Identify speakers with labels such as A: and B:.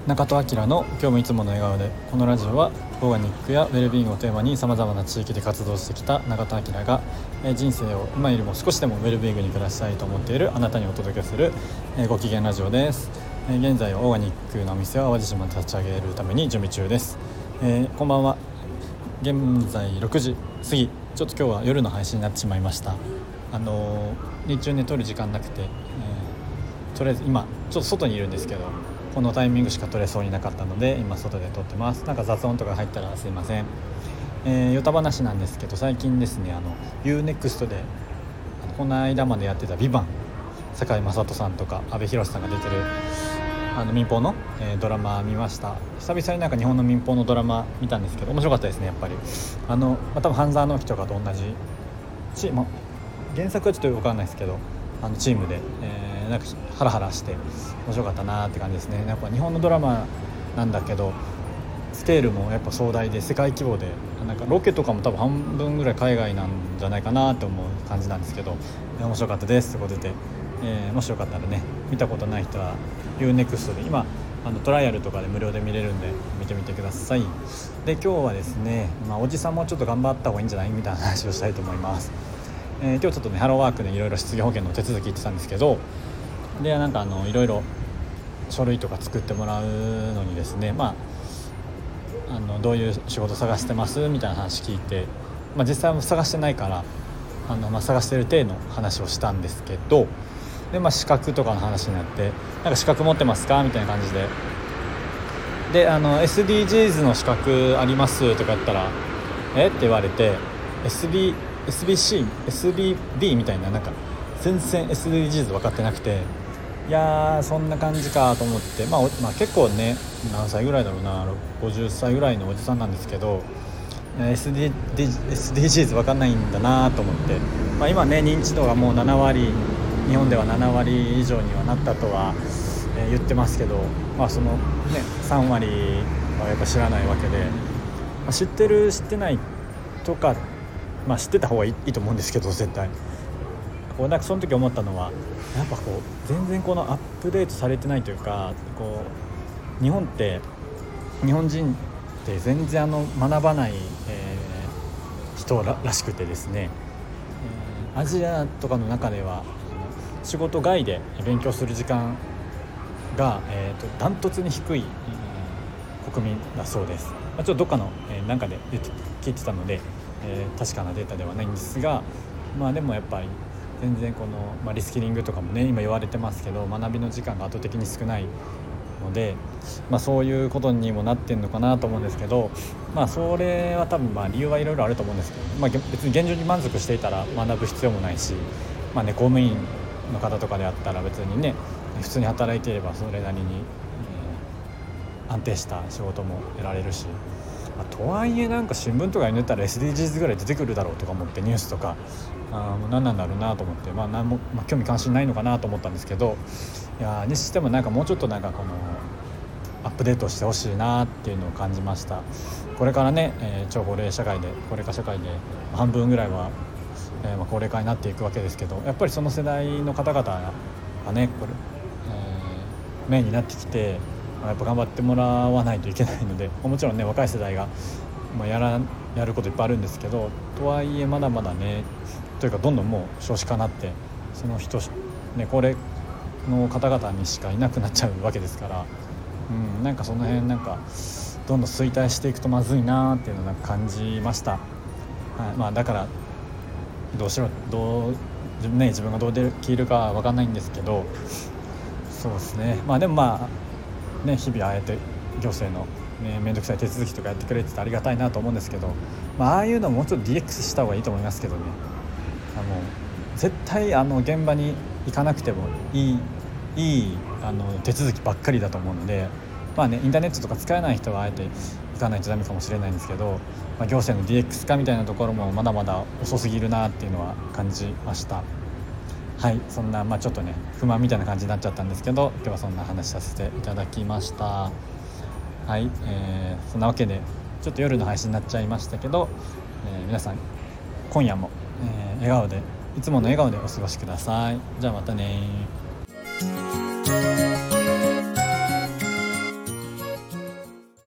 A: 中戸明の今日もいつもの笑顔で。このラジオはオーガニックやウェルビーイングをテーマにさまざまな地域で活動してきた中戸明が人生を今よりも少しでもウェルビーイングに暮らしたいと思っているあなたにお届けするご機嫌ラジオです。現在はオーガニックのお店を淡路島で立ち上げるために準備中です。こんばんは。現在6時過ぎ、ちょっと今日は夜の配信になってしまいました。日中ね撮る時間なくて、とりあえず今ちょっと外にいるんですけど、このタイミングしか撮れそうになかったので今外で撮ってます。なんか雑音とか入ったらすいません。ヨタ話なんですけど、最近ですねUNEXT でこの間までやってたビバン、堺雅人さんとか阿部寛さんが出てる民放の、ドラマ見ました。久々になんか日本の民放のドラマ見たんですけど面白かったですね。やっぱり多分半沢直樹とかと同じ原作はちょっと分かんないですけどチームで、なんかハラハラして面白かったなって感じですね。やっぱ日本のドラマなんだけどスケールもやっぱ壮大で世界規模で、なんかロケとかも多分半分ぐらい海外なんじゃないかなと思う感じなんですけど、面白かったですということで、もしよかったらね、見たことない人は UNEXT で今トライアルとかで無料で見れるんで見てみてください。で今日はですね、おじさんもちょっと頑張った方がいいんじゃないみたいな話をしたいと思います。今日ちょっとねハローワークでいろいろ失業保険の手続き行ってたんですけど、でなんかいろいろ書類とか作ってもらうのにですね、どういう仕事探してますみたいな話聞いて、実際は探してないから探してる体の話をしたんですけど、で資格とかの話になって、なんか資格持ってますかみたいな感じで、SDGs の資格ありますとか言ったらって言われて、SBC、SBB みたいな、なんか全然 SDGs 分かってなくて、いやーそんな感じかと思って、結構ね、何歳ぐらいだろうな、50歳ぐらいのおじさんなんですけど、SDGs 分かんないんだなと思って、今ね認知度がもう7割、日本では7割以上にはなったとは、言ってますけど、そのね3割はやっぱ知らないわけで、知ってる知ってないとか、知ってた方がいいと思うんですけど、絶対なんかその時思ったのは、やっぱ全然アップデートされてないというか、日本人って全然学ばない、人 らしくてですね、アジアとかの中では仕事外で勉強する時間が、ダントツに低い、国民だそうです。ちょっとどっかの、なんかで聞いてたので、確かなデータではないんですが、でもやっぱり全然リスキリングとかもね今言われてますけど、学びの時間が圧倒的に少ないので、そういうことにもなってんのかなと思うんですけど、それは多分理由はいろいろあると思うんですけど、別に現状に満足していたら学ぶ必要もないし、公務員の方とかであったら別にね普通に働いていればそれなりに、安定した仕事も得られるし、とはいえなんか新聞とかに出たら SDGs ぐらい出てくるだろうとか思って、ニュースとかもう何なんだろうなと思って、何も、興味関心ないのかなと思ったんですけど、にしてもなんかもうちょっとなんかアップデートしてほしいなっていうのを感じました。これからね、超高齢社会で高齢化社会で半分ぐらいは、高齢化になっていくわけですけど、やっぱりその世代の方々がねメインになってきて、やっぱ頑張ってもらわないといけないので、もちろんね若い世代が、やることいっぱいあるんですけど、とはいえまだまだね、というかどんどんもう少子化になって、その人、高齢の方々にしかいなくなっちゃうわけですから、なんかその辺なんかどんどん衰退していくとまずいなっていうのを感じました。だから自分がどうできるかは分かんないんですけど、そうですね。でも日々ああやって行政のめんどくさい手続きとかやってくれててありがたいなと思うんですけど、ああいうのもうちょっと DX した方がいいと思いますけどね。絶対現場に行かなくてもいい手続きばっかりだと思うので、インターネットとか使えない人はあえて行かないとダメかもしれないんですけど、行政の DX 化みたいなところもまだまだ遅すぎるなっていうのは感じました。はい、そんなちょっとね不満みたいな感じになっちゃったんですけど、今日はそんな話させていただきました。はい、そんなわけでちょっと夜の配信になっちゃいましたけど、皆さん今夜も、笑顔でいつもの笑顔でお過ごしください。じゃあまたね。